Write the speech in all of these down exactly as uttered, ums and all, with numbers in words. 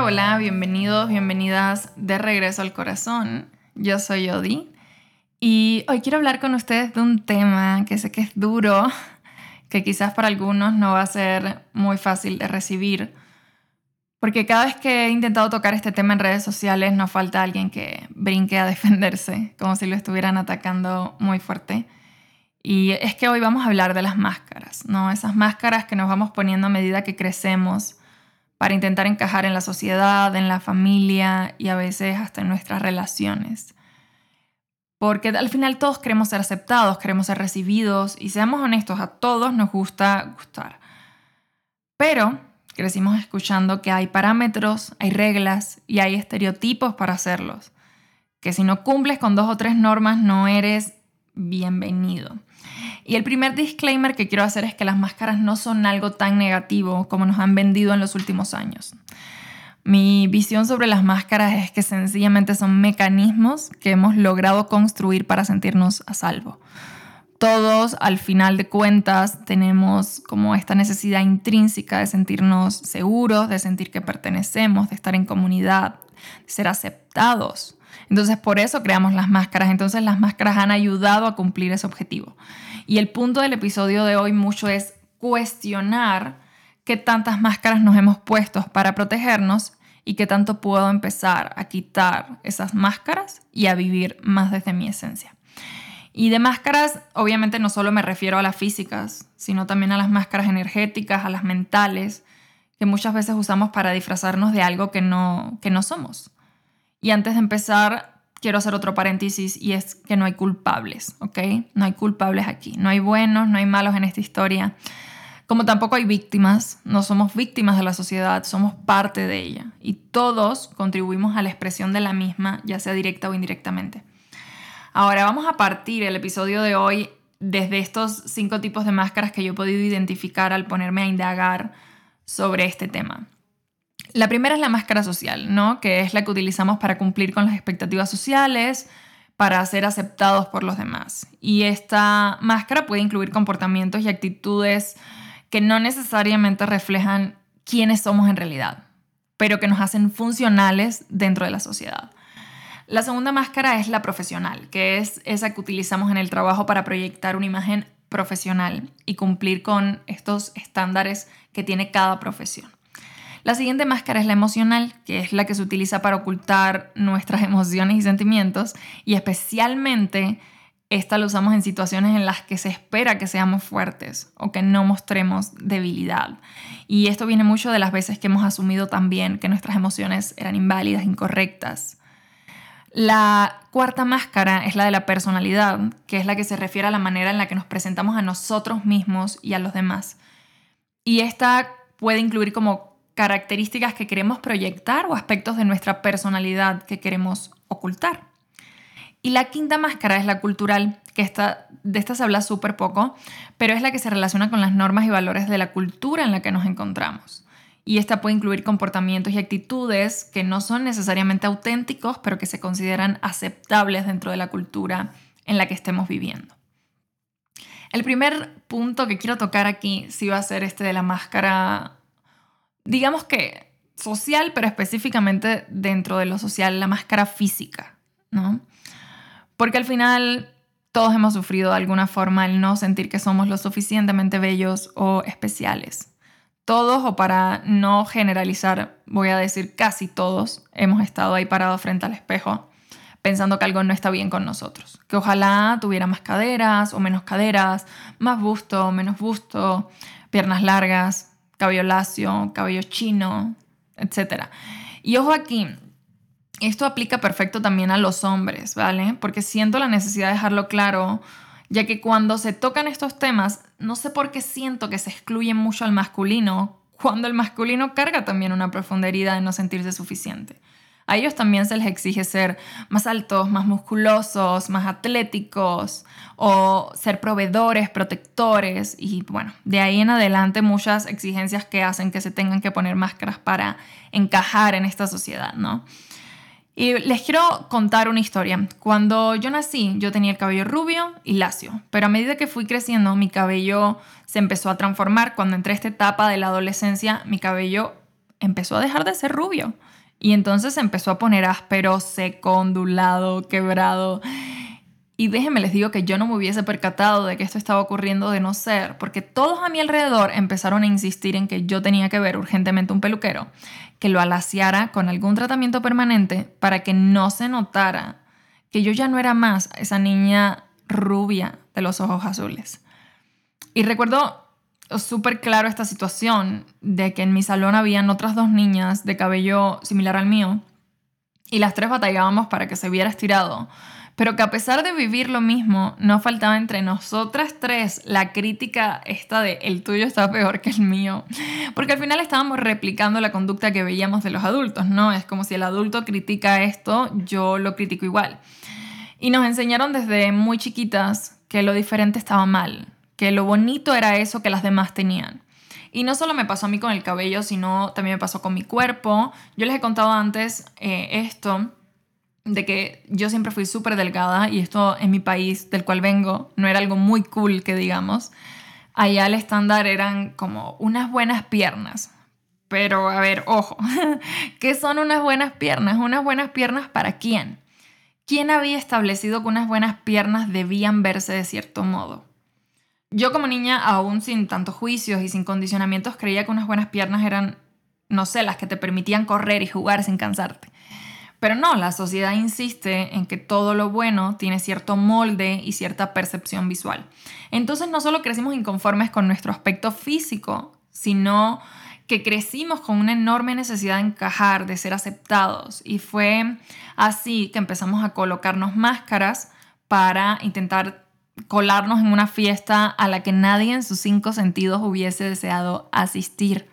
hola, bienvenidos, bienvenidas de regreso al corazón. Yo soy Odi y hoy quiero hablar con ustedes de un tema que sé que es duro, que quizás para algunos no va a ser muy fácil de recibir, porque cada vez que he intentado tocar este tema en redes sociales nos falta alguien que brinque a defenderse, como si lo estuvieran atacando muy fuerte. Y es que hoy vamos a hablar de las máscaras, ¿no? Esas máscaras que nos vamos poniendo a medida que crecemos para intentar encajar en la sociedad, en la familia y a veces hasta en nuestras relaciones. Porque al final todos queremos ser aceptados, queremos ser recibidos y seamos honestos, a todos nos gusta gustar. Pero crecimos escuchando que hay parámetros, hay reglas y hay estereotipos para hacerlos. Que si no cumples con dos o tres normas no eres bienvenido. Y el primer disclaimer que quiero hacer es que las máscaras no son algo tan negativo como nos han vendido en los últimos años. Mi visión sobre las máscaras es que sencillamente son mecanismos que hemos logrado construir para sentirnos a salvo. Todos, al final de cuentas, tenemos como esta necesidad intrínseca de sentirnos seguros, de sentir que pertenecemos, de estar en comunidad, de ser aceptados. Entonces, por eso creamos las máscaras. Entonces, las máscaras han ayudado a cumplir ese objetivo. Y el punto del episodio de hoy mucho es cuestionar qué tantas máscaras nos hemos puesto para protegernos y qué tanto puedo empezar a quitar esas máscaras y a vivir más desde mi esencia. Y de máscaras, obviamente no solo me refiero a las físicas, sino también a las máscaras energéticas, a las mentales, que muchas veces usamos para disfrazarnos de algo que no, que no somos. Y antes de empezar, quiero hacer otro paréntesis y es que no hay culpables, ¿ok? No hay culpables aquí. No hay buenos, no hay malos en esta historia. Como tampoco hay víctimas. No somos víctimas de la sociedad, somos parte de ella. Y todos contribuimos a la expresión de la misma, ya sea directa o indirectamente. Ahora vamos a partir el episodio de hoy desde estos cinco tipos de máscaras que yo he podido identificar al ponerme a indagar sobre este tema. La primera es la máscara social, ¿no? Que es la que utilizamos para cumplir con las expectativas sociales, para ser aceptados por los demás. Y esta máscara puede incluir comportamientos y actitudes que no necesariamente reflejan quiénes somos en realidad, pero que nos hacen funcionales dentro de la sociedad. La segunda máscara es la profesional, que es esa que utilizamos en el trabajo para proyectar una imagen profesional y cumplir con estos estándares que tiene cada profesión. La siguiente máscara es la emocional, que es la que se utiliza para ocultar nuestras emociones y sentimientos, y especialmente esta la usamos en situaciones en las que se espera que seamos fuertes o que no mostremos debilidad. Y esto viene mucho de las veces que hemos asumido también que nuestras emociones eran inválidas, incorrectas. La cuarta máscara es la de la personalidad, que es la que se refiere a la manera en la que nos presentamos a nosotros mismos y a los demás. Y esta puede incluir como características que queremos proyectar o aspectos de nuestra personalidad que queremos ocultar. Y la quinta máscara es la cultural, que esta, de esta se habla súper poco, pero es la que se relaciona con las normas y valores de la cultura en la que nos encontramos. Y esta puede incluir comportamientos y actitudes que no son necesariamente auténticos, pero que se consideran aceptables dentro de la cultura en la que estemos viviendo. El primer punto que quiero tocar aquí sí va a ser este de la máscara, digamos que social, pero específicamente dentro de lo social, la máscara física, ¿no? Porque al final todos hemos sufrido de alguna forma el no sentir que somos lo suficientemente bellos o especiales. Todos, o para no generalizar, voy a decir casi todos, hemos estado ahí parados frente al espejo pensando que algo no está bien con nosotros. Que ojalá tuviera más caderas o menos caderas, más busto o menos busto, piernas largas, cabello lacio, cabello chino, etcétera. Y ojo aquí, esto aplica perfecto también a los hombres, ¿vale? Porque siento la necesidad de dejarlo claro, ya que cuando se tocan estos temas, no sé por qué siento que se excluye mucho al masculino, cuando el masculino carga también una profunda herida de no sentirse suficiente. A ellos también se les exige ser más altos, más musculosos, más atléticos o ser proveedores, protectores y bueno, de ahí en adelante muchas exigencias que hacen que se tengan que poner máscaras para encajar en esta sociedad, ¿no? Y les quiero contar una historia. Cuando yo nací, yo tenía el cabello rubio y lacio, pero a medida que fui creciendo, mi cabello se empezó a transformar. Cuando entré a esta etapa de la adolescencia, mi cabello empezó a dejar de ser rubio Y entonces se empezó a poner áspero, seco, ondulado, quebrado. Y déjenme les digo que yo no me hubiese percatado de que esto estaba ocurriendo de no ser, porque todos a mi alrededor empezaron a insistir en que yo tenía que ver urgentemente un peluquero, que lo alaciara con algún tratamiento permanente para que no se notara que yo ya no era más esa niña rubia de los ojos azules. Y recuerdo súper claro esta situación de que en mi salón habían otras dos niñas de cabello similar al mío y las tres batallábamos para que se viera estirado, pero que a pesar de vivir lo mismo, no faltaba entre nosotras tres la crítica esta de el tuyo está peor que el mío, porque al final estábamos replicando la conducta que veíamos de los adultos, ¿no? Es como si el adulto critica esto, yo lo critico igual. Y nos enseñaron desde muy chiquitas que lo diferente estaba mal, que lo bonito era eso que las demás tenían. Y no solo me pasó a mí con el cabello, sino también me pasó con mi cuerpo. Yo les he contado antes eh, esto, de que yo siempre fui súper delgada y esto en mi país del cual vengo no era algo muy cool que digamos. Allá el estándar eran como unas buenas piernas. Pero a ver, ojo, ¿qué son unas buenas piernas? ¿Unas buenas piernas para quién? ¿Quién había establecido que unas buenas piernas debían verse de cierto modo? Yo como niña, aún sin tantos juicios y sin condicionamientos, creía que unas buenas piernas eran, no sé, las que te permitían correr y jugar sin cansarte. Pero no, la sociedad insiste en que todo lo bueno tiene cierto molde y cierta percepción visual. Entonces no solo crecimos inconformes con nuestro aspecto físico, sino que crecimos con una enorme necesidad de encajar, de ser aceptados. Y fue así que empezamos a colocarnos máscaras para intentar colarnos en una fiesta a la que nadie en sus cinco sentidos hubiese deseado asistir.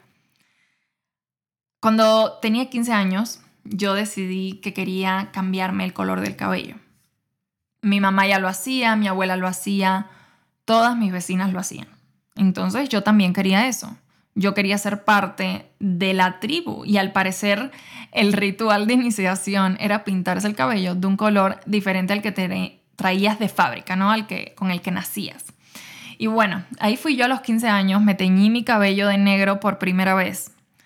Cuando tenía quince años, yo decidí que quería cambiarme el color del cabello. Mi mamá ya lo hacía, mi abuela lo hacía, todas mis vecinas lo hacían. Entonces yo también quería eso. Yo quería ser parte de la tribu y al parecer el ritual de iniciación era pintarse el cabello de un color diferente al que te traías de fábrica, ¿no? Al que, con el que nacías. Y bueno, ahí fui yo a los quince años, me teñí mi cabello de negro por primera vez.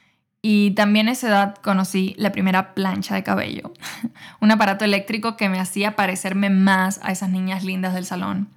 Y también a esa edad conocí la primera plancha de cabello, un aparato eléctrico que me hacía parecerme más a esas niñas lindas del salón.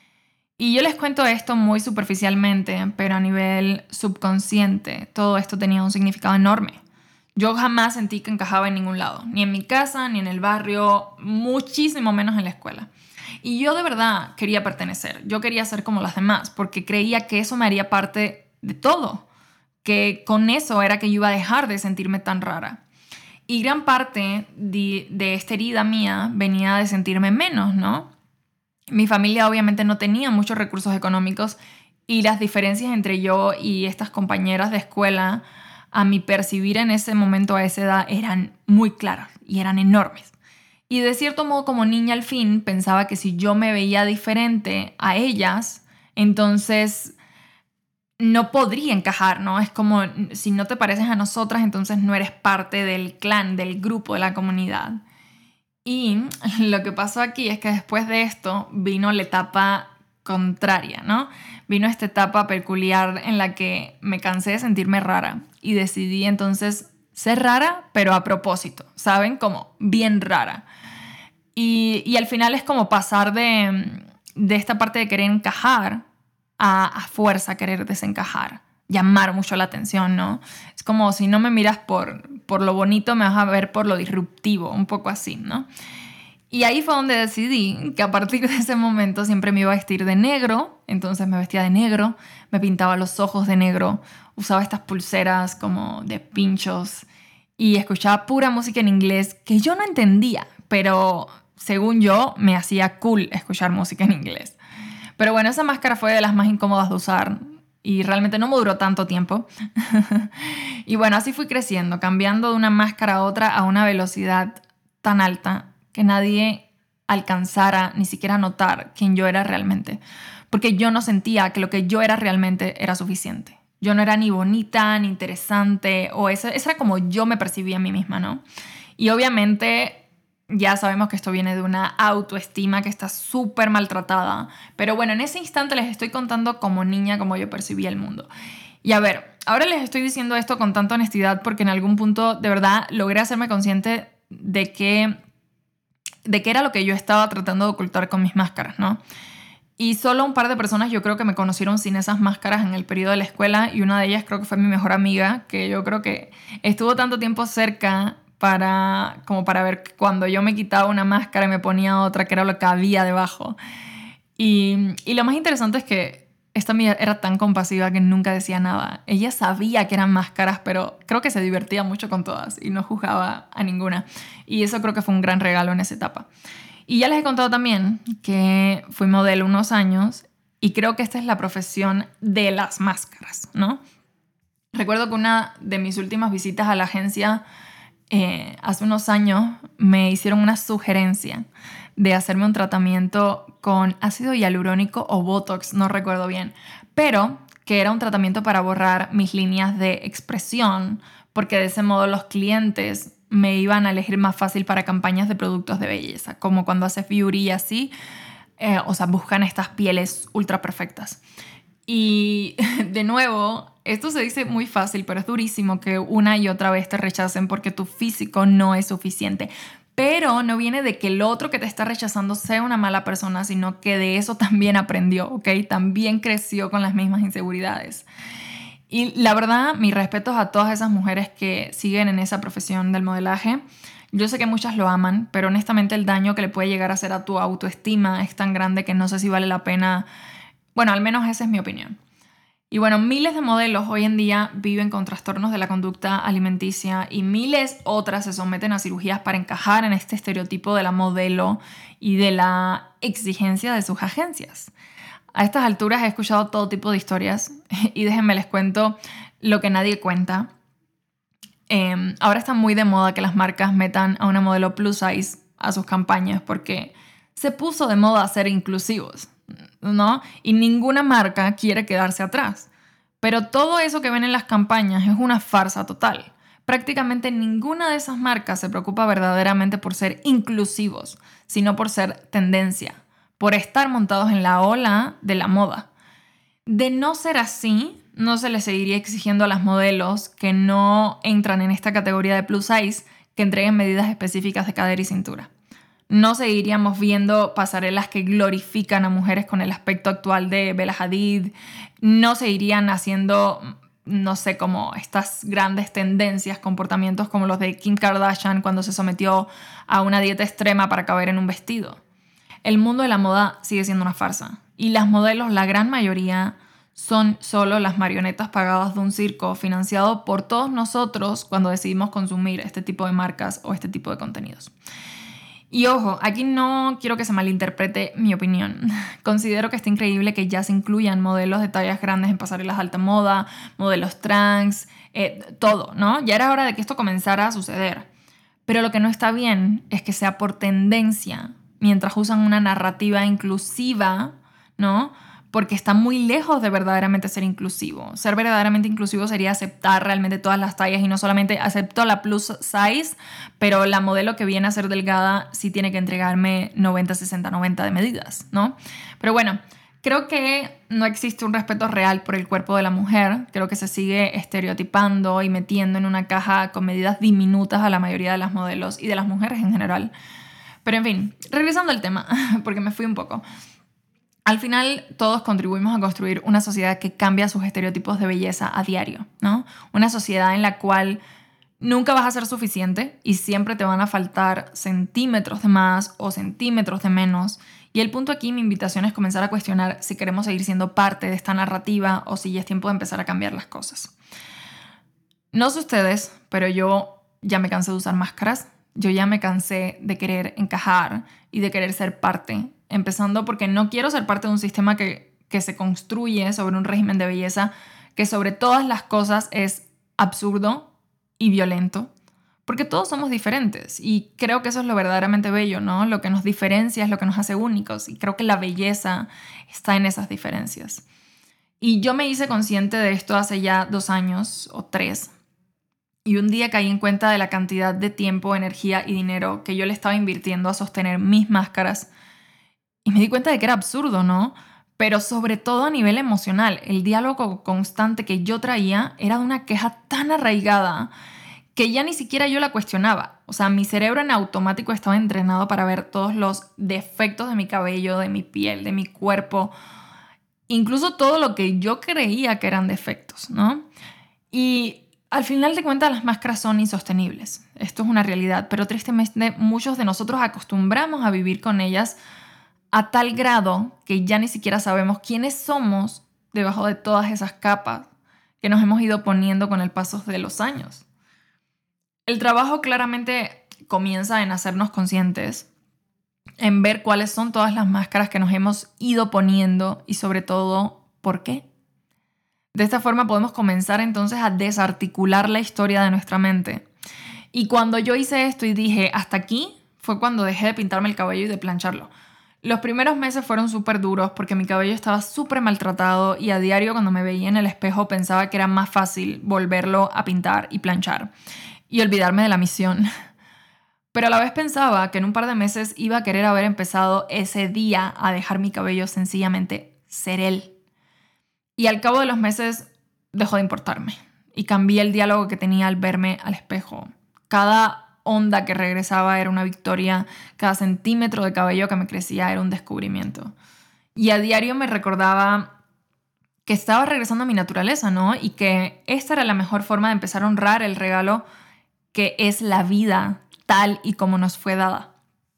Y yo les cuento esto muy superficialmente, pero a nivel subconsciente, todo esto tenía un significado enorme. Yo jamás sentí que encajaba en ningún lado, ni en mi casa, ni en el barrio, muchísimo menos en la escuela. Y yo de verdad quería pertenecer, yo quería ser como las demás, porque creía que eso me haría parte de todo, que con eso era que yo iba a dejar de sentirme tan rara. Y gran parte de, de esta herida mía venía de sentirme menos, ¿no? Mi familia obviamente no tenía muchos recursos económicos y las diferencias entre yo y estas compañeras de escuela, a mi percibir en ese momento, a esa edad, eran muy claras y eran enormes. Y de cierto modo, como niña al fin, pensaba que si yo me veía diferente a ellas, entonces no podría encajar, ¿no? Es como si no te pareces a nosotras, entonces no eres parte del clan, del grupo, de la comunidad. Y lo que pasó aquí es que después de esto vino la etapa contraria, ¿no? Vino esta etapa peculiar en la que me cansé de sentirme rara y decidí entonces ser rara, pero a propósito, ¿saben? Como bien rara. Y, y al final es como pasar de, de esta parte de querer encajar a, a fuerza querer desencajar, llamar mucho la atención, ¿no? Es como si no me miras por, por lo bonito, me vas a ver por lo disruptivo, un poco así, ¿no? Y ahí fue donde decidí que a partir de ese momento siempre me iba a vestir de negro, entonces me vestía de negro, me pintaba los ojos de negro, usaba estas pulseras como de pinchos y escuchaba pura música en inglés que yo no entendía, pero según yo me hacía cool escuchar música en inglés. Pero bueno, esa máscara fue de las más incómodas de usar y realmente no me duró tanto tiempo. Y bueno, así fui creciendo, cambiando de una máscara a otra a una velocidad tan alta que nadie alcanzara ni siquiera a notar quién yo era realmente. Porque yo no sentía que lo que yo era realmente era suficiente. Yo no era ni bonita, ni interesante, o eso, eso era como yo me percibía a mí misma, ¿no? Y obviamente ya sabemos que esto viene de una autoestima que está súper maltratada. Pero bueno, en ese instante les estoy contando como niña, como yo percibía el mundo. Y a ver, ahora les estoy diciendo esto con tanta honestidad porque en algún punto de verdad logré hacerme consciente de que, de qué era lo que yo estaba tratando de ocultar con mis máscaras, ¿no? Y solo un par de personas yo creo que me conocieron sin esas máscaras en el periodo de la escuela, y una de ellas creo que fue mi mejor amiga, que yo creo que estuvo tanto tiempo cerca para, como para ver que cuando yo me quitaba una máscara y me ponía otra, que era lo que había debajo. Y, y lo más interesante es que esta amiga era tan compasiva que nunca decía nada. Ella sabía que eran máscaras, pero creo que se divertía mucho con todas y no juzgaba a ninguna. Y eso creo que fue un gran regalo en esa etapa. Y ya les he contado también que fui modelo unos años y creo que esta es la profesión de las máscaras, ¿no? Recuerdo que una de mis últimas visitas a la agencia eh, hace unos años me hicieron una sugerencia de hacerme un tratamiento con ácido hialurónico o Botox, no recuerdo bien, pero que era un tratamiento para borrar mis líneas de expresión, porque de ese modo los clientes me iban a elegir más fácil para campañas de productos de belleza, como cuando haces beauty y así, eh, o sea, buscan estas pieles ultra perfectas. Y de nuevo, esto se dice muy fácil, pero es durísimo que una y otra vez te rechacen porque tu físico no es suficiente. Pero no viene de que el otro que te está rechazando sea una mala persona, sino que de eso también aprendió, ¿ok? También creció con las mismas inseguridades. Y la verdad, mis respetos a todas esas mujeres que siguen en esa profesión del modelaje. Yo sé que muchas lo aman, pero honestamente el daño que le puede llegar a hacer a tu autoestima es tan grande que no sé si vale la pena. Bueno, al menos esa es mi opinión. Y bueno, miles de modelos hoy en día viven con trastornos de la conducta alimenticia y miles otras se someten a cirugías para encajar en este estereotipo de la modelo y de la exigencia de sus agencias. A estas alturas he escuchado todo tipo de historias y déjenme les cuento lo que nadie cuenta. Eh, ahora está muy de moda que las marcas metan a una modelo plus size a sus campañas porque se puso de moda ser inclusivos, ¿no? Y ninguna marca quiere quedarse atrás. Pero todo eso que ven en las campañas es una farsa total. Prácticamente ninguna de esas marcas se preocupa verdaderamente por ser inclusivos, sino por ser tendencia, por estar montados en la ola de la moda. De no ser así, no se les seguiría exigiendo a las modelos que no entran en esta categoría de plus size que entreguen medidas específicas de cadera y cintura. No seguiríamos viendo pasarelas que glorifican a mujeres con el aspecto actual de Bella Hadid. No seguirían haciendo, no sé, como estas grandes tendencias, comportamientos como los de Kim Kardashian cuando se sometió a una dieta extrema para caber en un vestido. El mundo de la moda sigue siendo una farsa. Y las modelos, la gran mayoría, son solo las marionetas pagadas de un circo financiado por todos nosotros cuando decidimos consumir este tipo de marcas o este tipo de contenidos. Y ojo, aquí no quiero que se malinterprete mi opinión. Considero que está increíble que ya se incluyan modelos de tallas grandes en pasarelas de alta moda, modelos trans, eh, todo, ¿no? Ya era hora de que esto comenzara a suceder. Pero lo que no está bien es que sea por tendencia, mientras usan una narrativa inclusiva, ¿no? Porque está muy lejos de verdaderamente ser inclusivo. Ser verdaderamente inclusivo sería aceptar realmente todas las tallas y no solamente acepto la plus size, pero la modelo que viene a ser delgada sí tiene que entregarme noventa, sesenta, noventa de medidas, ¿no? Pero bueno, creo que no existe un respeto real por el cuerpo de la mujer. Creo que se sigue estereotipando y metiendo en una caja con medidas diminutas a la mayoría de las modelos y de las mujeres en general. Pero en fin, regresando al tema, porque me fui un poco. Al final, todos contribuimos a construir una sociedad que cambia sus estereotipos de belleza a diario, ¿no? Una sociedad en la cual nunca vas a ser suficiente y siempre te van a faltar centímetros de más o centímetros de menos. Y el punto aquí, mi invitación es comenzar a cuestionar si queremos seguir siendo parte de esta narrativa o si ya es tiempo de empezar a cambiar las cosas. No sé ustedes, pero yo ya me cansé de usar máscaras. Yo ya me cansé de querer encajar y de querer ser parte. Empezando porque no quiero ser parte de un sistema que, que se construye sobre un régimen de belleza que sobre todas las cosas es absurdo y violento. Porque todos somos diferentes y creo que eso es lo verdaderamente bello, ¿no? Lo que nos diferencia es lo que nos hace únicos y creo que la belleza está en esas diferencias. Y yo me hice consciente de esto hace ya dos años o tres. Y un día caí en cuenta de la cantidad de tiempo, energía y dinero que yo le estaba invirtiendo a sostener mis máscaras. Y me di cuenta de que era absurdo, ¿no? pero sobre todo a nivel emocional. El diálogo constante que yo traía era de una queja tan arraigada que ya ni siquiera yo la cuestionaba. O sea, mi cerebro en automático estaba entrenado para ver todos los defectos de mi cabello, de mi piel, de mi cuerpo, incluso todo lo que yo creía que eran defectos, ¿no? Y al final de cuentas las máscaras son insostenibles. Esto es una realidad, pero tristemente muchos de nosotros acostumbramos a vivir con ellas a tal grado que ya ni siquiera sabemos quiénes somos debajo de todas esas capas que nos hemos ido poniendo con el paso de los años. El trabajo claramente comienza en hacernos conscientes, en ver cuáles son todas las máscaras que nos hemos ido poniendo y sobre todo, ¿por qué? De esta forma podemos comenzar entonces a desarticular la historia de nuestra mente. Y cuando yo hice esto y dije, hasta aquí, fue cuando dejé de pintarme el cabello y de plancharlo. Los primeros meses fueron súper duros porque mi cabello estaba súper maltratado y a diario cuando me veía en el espejo pensaba que era más fácil volverlo a pintar y planchar y olvidarme de la misión. Pero a la vez pensaba que en un par de meses iba a querer haber empezado ese día a dejar mi cabello sencillamente ser él. Y al cabo de los meses dejó de importarme y cambié el diálogo que tenía al verme al espejo. Cada onda que regresaba era una victoria, cada centímetro de cabello que me crecía era un descubrimiento. Y a diario me recordaba que estaba regresando a mi naturaleza, ¿no? Y que esta era la mejor forma de empezar a honrar el regalo que es la vida tal y como nos fue dada.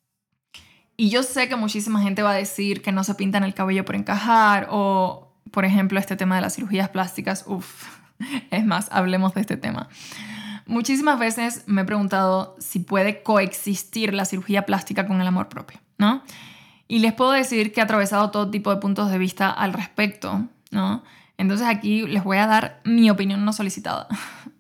Y yo sé que muchísima gente va a decir que no se pintan el cabello por encajar o, por ejemplo, este tema de las cirugías plásticas. Uf, es más, hablemos de este tema. Muchísimas veces me he preguntado si puede coexistir la cirugía plástica con el amor propio, ¿no? Y les puedo decir que he atravesado todo tipo de puntos de vista al respecto, ¿no? Entonces aquí les voy a dar mi opinión no solicitada.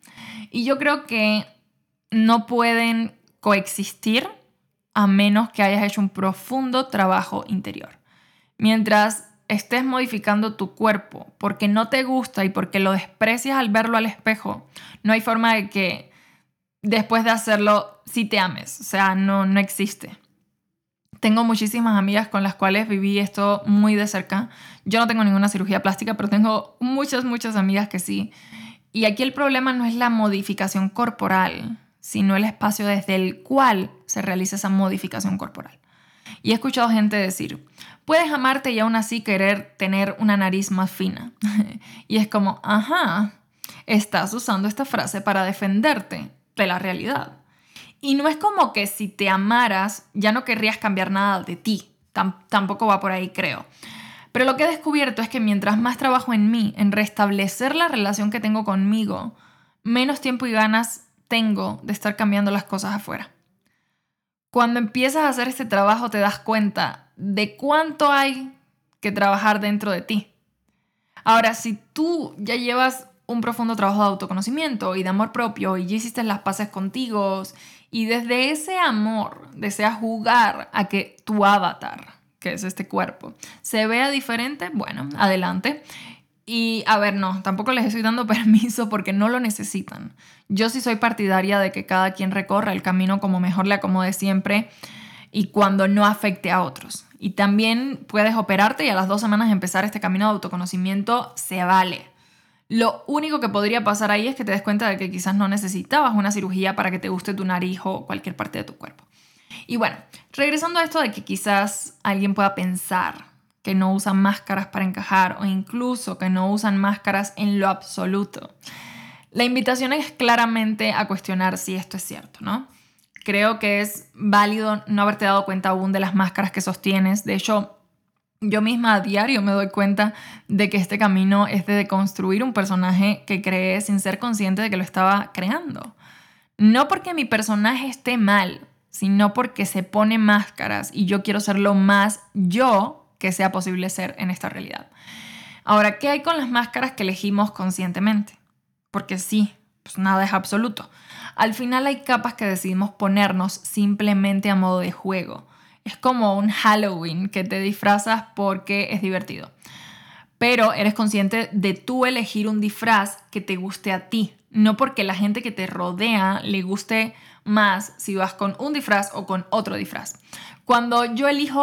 Y yo creo que no pueden coexistir a menos que hayas hecho un profundo trabajo interior. Mientras estés modificando tu cuerpo porque no te gusta y porque lo desprecias al verlo al espejo, no hay forma de que después de hacerlo sí te ames. O sea, no, no existe. Tengo muchísimas amigas con las cuales viví esto muy de cerca. Yo no tengo ninguna cirugía plástica, pero tengo muchas, muchas amigas que sí. Y aquí el problema no es la modificación corporal, sino el espacio desde el cual se realiza esa modificación corporal. Y he escuchado gente decir, puedes amarte y aún así querer tener una nariz más fina. Y es como, ajá, estás usando esta frase para defenderte de la realidad. Y no es como que si te amaras ya no querrías cambiar nada de ti. Tam- tampoco va por ahí, creo. Pero lo que he descubierto es que mientras más trabajo en mí, en restablecer la relación que tengo conmigo, menos tiempo y ganas tengo de estar cambiando las cosas afuera. Cuando empiezas a hacer este trabajo te das cuenta de cuánto hay que trabajar dentro de ti. Ahora, si tú ya llevas un profundo trabajo de autoconocimiento y de amor propio y ya hiciste las paces contigo y desde ese amor deseas jugar a que tu avatar, que es este cuerpo, se vea diferente, bueno, adelante. Y a ver, no, tampoco les estoy dando permiso porque no lo necesitan. Yo sí soy partidaria de que cada quien recorra el camino como mejor le acomode siempre y cuando no afecte a otros. Y también puedes operarte y a las dos semanas empezar este camino de autoconocimiento, se vale. Lo único que podría pasar ahí es que te des cuenta de que quizás no necesitabas una cirugía para que te guste tu nariz o cualquier parte de tu cuerpo. Y bueno, regresando a esto de que quizás alguien pueda pensar que no usan máscaras para encajar o incluso que no usan máscaras en lo absoluto. La invitación es claramente a cuestionar si esto es cierto, ¿no? Creo que es válido no haberte dado cuenta aún de las máscaras que sostienes. De hecho, yo misma a diario me doy cuenta de que este camino es de deconstruir un personaje que creé sin ser consciente de que lo estaba creando. No porque mi personaje esté mal, sino porque se pone máscaras y yo quiero ser lo más yo que sea posible ser en esta realidad. Ahora, ¿qué hay con las máscaras que elegimos conscientemente? Porque sí, pues nada es absoluto. Al final hay capas que decidimos ponernos simplemente a modo de juego. Es como un Halloween que te disfrazas porque es divertido. Pero eres consciente de tú elegir un disfraz que te guste a ti, no porque la gente que te rodea le guste más si vas con un disfraz o con otro disfraz. Cuando yo elijo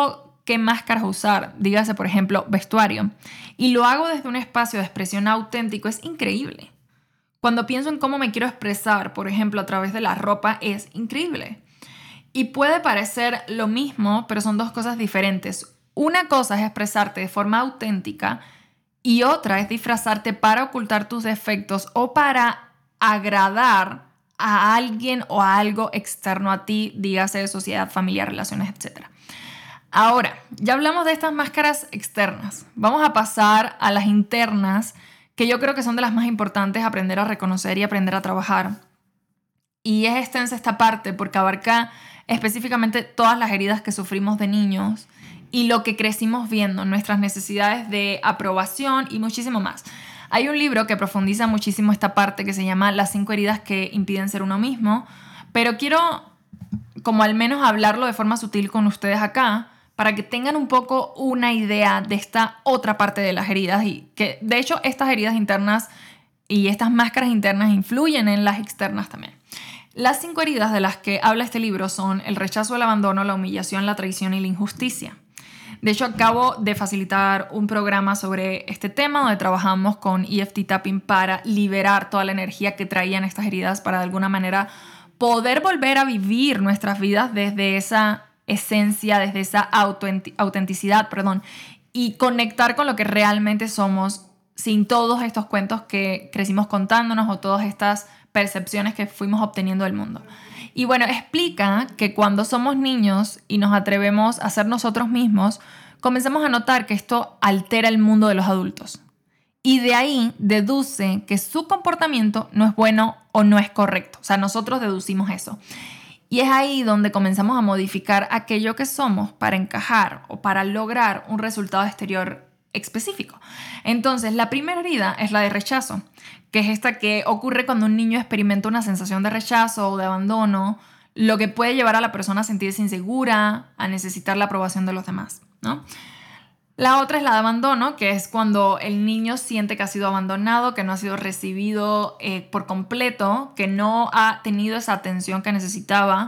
qué máscaras usar, dígase por ejemplo vestuario, y lo hago desde un espacio de expresión auténtico, es increíble. Cuando pienso en cómo me quiero expresar, por ejemplo, a través de la ropa, es increíble. Y puede parecer lo mismo, pero son dos cosas diferentes. Una cosa es expresarte de forma auténtica y otra es disfrazarte para ocultar tus defectos o para agradar a alguien o a algo externo a ti, dígase de sociedad, familia, relaciones, etcétera. Ahora, ya hablamos de estas máscaras externas. Vamos a pasar a las internas, que yo creo que son de las más importantes aprender a reconocer y aprender a trabajar. Y es extensa esta parte porque abarca específicamente todas las heridas que sufrimos de niños y lo que crecimos viendo, nuestras necesidades de aprobación y muchísimo más. Hay un libro que profundiza muchísimo esta parte que se llama Las cinco heridas que impiden ser uno mismo, pero quiero como al menos hablarlo de forma sutil con ustedes acá para que tengan un poco una idea de esta otra parte de las heridas y que de hecho estas heridas internas y estas máscaras internas influyen en las externas también. Las cinco heridas de las que habla este libro son el rechazo, el abandono, la humillación, la traición y la injusticia. De hecho, acabo de facilitar un programa sobre este tema donde trabajamos con E F T Tapping para liberar toda la energía que traían estas heridas para de alguna manera poder volver a vivir nuestras vidas desde esa esencia, desde esa autenticidad, perdón, y conectar con lo que realmente somos sin todos estos cuentos que crecimos contándonos o todas estas percepciones que fuimos obteniendo del mundo. Y bueno, explica que cuando somos niños y nos atrevemos a ser nosotros mismos, comenzamos a notar que esto altera el mundo de los adultos. Y de ahí deduce que su comportamiento no es bueno o no es correcto. O sea, nosotros deducimos eso. Y es ahí donde comenzamos a modificar aquello que somos para encajar o para lograr un resultado exterior específico. Entonces, la primera herida es la de rechazo, que es esta que ocurre cuando un niño experimenta una sensación de rechazo o de abandono, lo que puede llevar a la persona a sentirse insegura, a necesitar la aprobación de los demás, ¿no? La otra es la de abandono, que es cuando el niño siente que ha sido abandonado, que no ha sido recibido eh, por completo, que no ha tenido esa atención que necesitaba.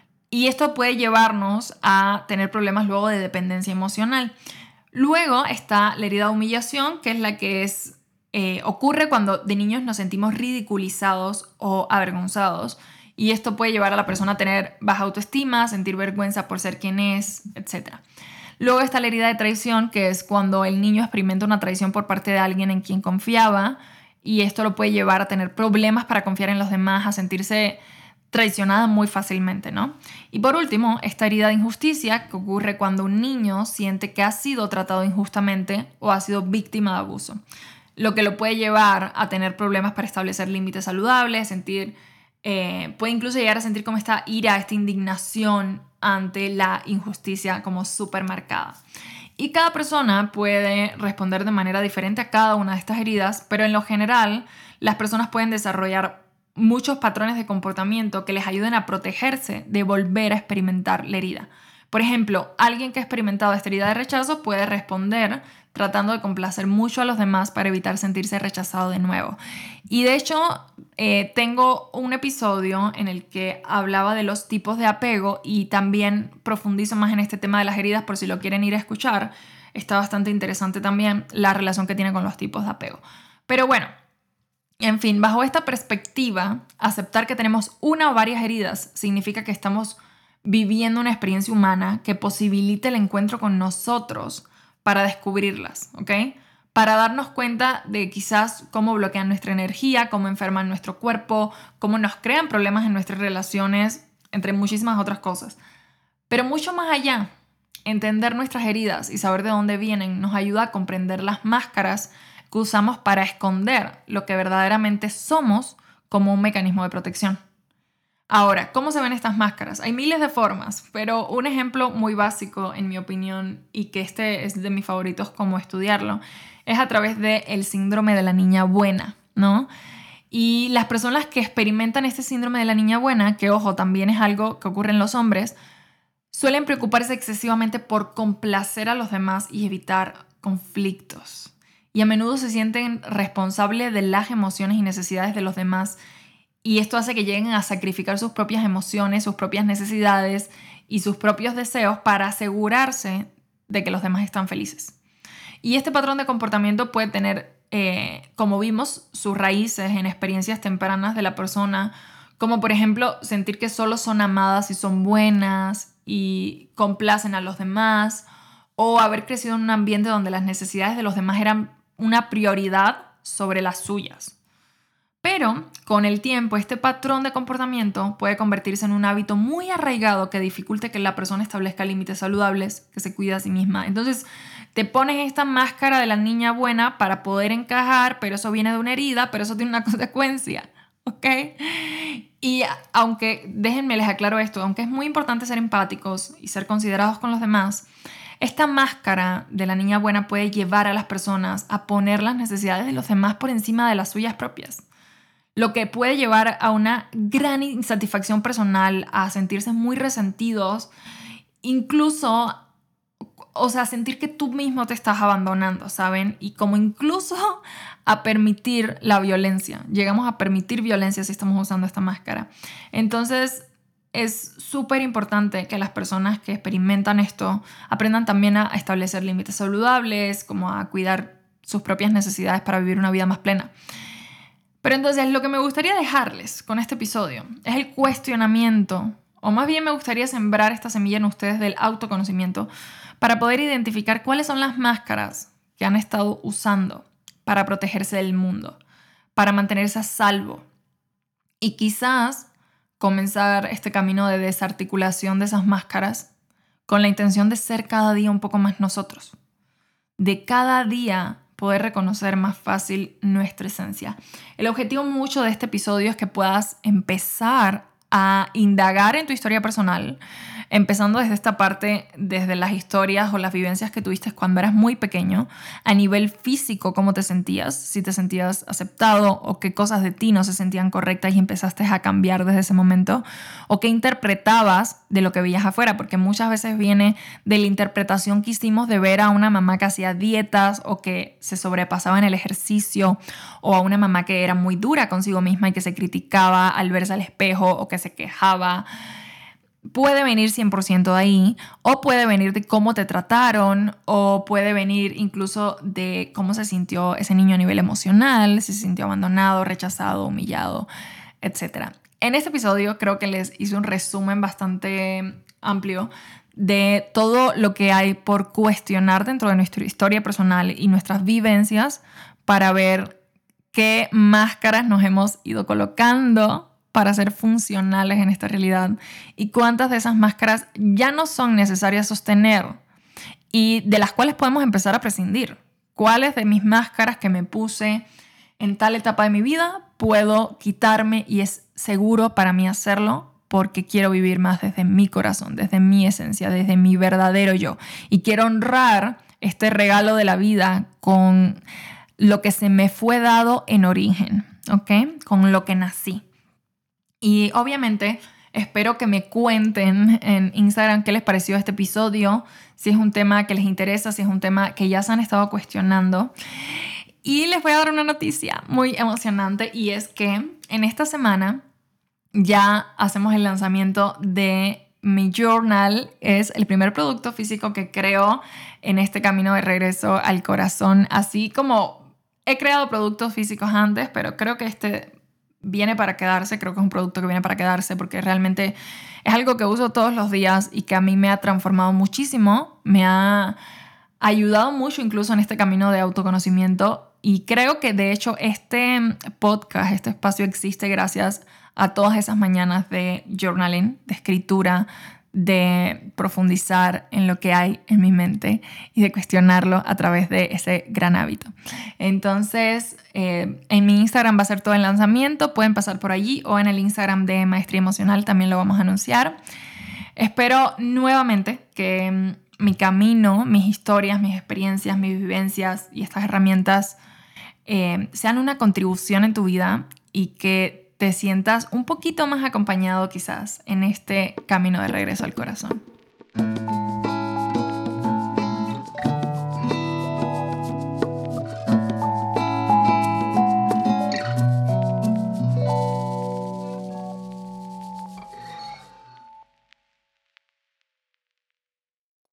Y esto puede llevarnos a tener problemas luego de dependencia emocional. Luego está la herida de humillación, que es la que es, eh, ocurre cuando de niños nos sentimos ridiculizados o avergonzados. Y esto puede llevar a la persona a tener baja autoestima, sentir vergüenza por ser quien es, etcétera. Luego está la herida de traición, que es cuando el niño experimenta una traición por parte de alguien en quien confiaba y esto lo puede llevar a tener problemas para confiar en los demás, a sentirse traicionada muy fácilmente, ¿no? Y por último, esta herida de injusticia, que ocurre cuando un niño siente que ha sido tratado injustamente o ha sido víctima de abuso, lo que lo puede llevar a tener problemas para establecer límites saludables, sentir, eh, puede incluso llegar a sentir como esta ira, esta indignación ante la injusticia como súper marcada. Y cada persona puede responder de manera diferente a cada una de estas heridas, pero en lo general las personas pueden desarrollar muchos patrones de comportamiento que les ayuden a protegerse de volver a experimentar la herida. Por ejemplo, alguien que ha experimentado esta herida de rechazo puede responder tratando de complacer mucho a los demás para evitar sentirse rechazado de nuevo. Y de hecho, eh, tengo un episodio en el que hablaba de los tipos de apego y también profundizo más en este tema de las heridas por si lo quieren ir a escuchar. Está bastante interesante también la relación que tiene con los tipos de apego. Pero bueno, en fin, bajo esta perspectiva, aceptar que tenemos una o varias heridas significa que estamos viviendo una experiencia humana que posibilite el encuentro con nosotros para descubrirlas, ¿ok? Para darnos cuenta de quizás cómo bloquean nuestra energía, cómo enferman nuestro cuerpo, cómo nos crean problemas en nuestras relaciones, entre muchísimas otras cosas. Pero mucho más allá, entender nuestras heridas y saber de dónde vienen nos ayuda a comprender las máscaras que usamos para esconder lo que verdaderamente somos como un mecanismo de protección. Ahora, ¿cómo se ven estas máscaras? Hay miles de formas, pero un ejemplo muy básico, en mi opinión, y que este es de mis favoritos como estudiarlo, es a través del síndrome de la niña buena, ¿no? Y las personas que experimentan este síndrome de la niña buena, que ojo, también es algo que ocurre en los hombres, suelen preocuparse excesivamente por complacer a los demás y evitar conflictos. Y a menudo se sienten responsables de las emociones y necesidades de los demás. Y esto hace que lleguen a sacrificar sus propias emociones, sus propias necesidades y sus propios deseos para asegurarse de que los demás están felices. Y este patrón de comportamiento puede tener, eh, como vimos, sus raíces en experiencias tempranas de la persona, como por ejemplo sentir que solo son amadas y son buenas y complacen a los demás, o haber crecido en un ambiente donde las necesidades de los demás eran una prioridad sobre las suyas. Pero con el tiempo este patrón de comportamiento puede convertirse en un hábito muy arraigado que dificulte que la persona establezca límites saludables, que se cuide a sí misma. Entonces te pones esta máscara de la niña buena para poder encajar, pero eso viene de una herida, pero eso tiene una consecuencia, ¿ok? Y aunque, déjenme les aclaro esto, aunque es muy importante ser empáticos y ser considerados con los demás, esta máscara de la niña buena puede llevar a las personas a poner las necesidades de los demás por encima de las suyas propias. Lo que puede llevar a una gran insatisfacción personal, a sentirse muy resentidos, incluso, o sea, sentir que tú mismo te estás abandonando, ¿saben? Y como incluso a permitir la violencia. Llegamos a permitir violencia si estamos usando esta máscara. Entonces, es súper importante que las personas que experimentan esto aprendan también a establecer límites saludables, como a cuidar sus propias necesidades para vivir una vida más plena. Pero entonces lo que me gustaría dejarles con este episodio es el cuestionamiento, o más bien me gustaría sembrar esta semilla en ustedes del autoconocimiento para poder identificar cuáles son las máscaras que han estado usando para protegerse del mundo, para mantenerse a salvo y quizás comenzar este camino de desarticulación de esas máscaras con la intención de ser cada día un poco más nosotros, de cada día poder reconocer más fácil nuestra esencia. El objetivo mucho de este episodio es que puedas empezar a indagar en tu historia personal, empezando desde esta parte, desde las historias o las vivencias que tuviste cuando eras muy pequeño, a nivel físico, cómo te sentías, si te sentías aceptado o qué cosas de ti no se sentían correctas y empezaste a cambiar desde ese momento, o qué interpretabas de lo que veías afuera, porque muchas veces viene de la interpretación que hicimos de ver a una mamá que hacía dietas o que se sobrepasaba en el ejercicio, o a una mamá que era muy dura consigo misma y que se criticaba al verse al espejo o que se quejaba. Puede venir cien por ciento de ahí, o puede venir de cómo te trataron, o puede venir incluso de cómo se sintió ese niño a nivel emocional, si se sintió abandonado, rechazado, humillado, etcétera. En este episodio creo que les hice un resumen bastante amplio de todo lo que hay por cuestionar dentro de nuestra historia personal y nuestras vivencias para ver qué máscaras nos hemos ido colocando para ser funcionales en esta realidad y cuántas de esas máscaras ya no son necesarias sostener y de las cuales podemos empezar a prescindir. ¿Cuáles de mis máscaras que me puse en tal etapa de mi vida puedo quitarme y es seguro para mí hacerlo porque quiero vivir más desde mi corazón, desde mi esencia, desde mi verdadero yo? Y quiero honrar este regalo de la vida con lo que se me fue dado en origen, ¿ok? Con lo que nací. Y obviamente espero que me cuenten en Instagram qué les pareció este episodio, si es un tema que les interesa, si es un tema que ya se han estado cuestionando. Y les voy a dar una noticia muy emocionante y es que en esta semana ya hacemos el lanzamiento de mi journal. Es el primer producto físico que creo en este camino de regreso al corazón, así como he creado productos físicos antes, pero creo que este viene para quedarse, creo que es un producto que viene para quedarse porque realmente es algo que uso todos los días y que a mí me ha transformado muchísimo, me ha ayudado mucho incluso en este camino de autoconocimiento y creo que de hecho este podcast, este espacio existe gracias a todas esas mañanas de journaling, de escritura, de profundizar en lo que hay en mi mente y de cuestionarlo a través de ese gran hábito. Entonces, eh, en mi Instagram va a ser todo el lanzamiento, pueden pasar por allí o en el Instagram de Maestría Emocional también lo vamos a anunciar. Espero nuevamente que mi camino, mis historias, mis experiencias, mis vivencias y estas herramientas eh, sean una contribución en tu vida y que te sientas un poquito más acompañado quizás en este camino de regreso al corazón.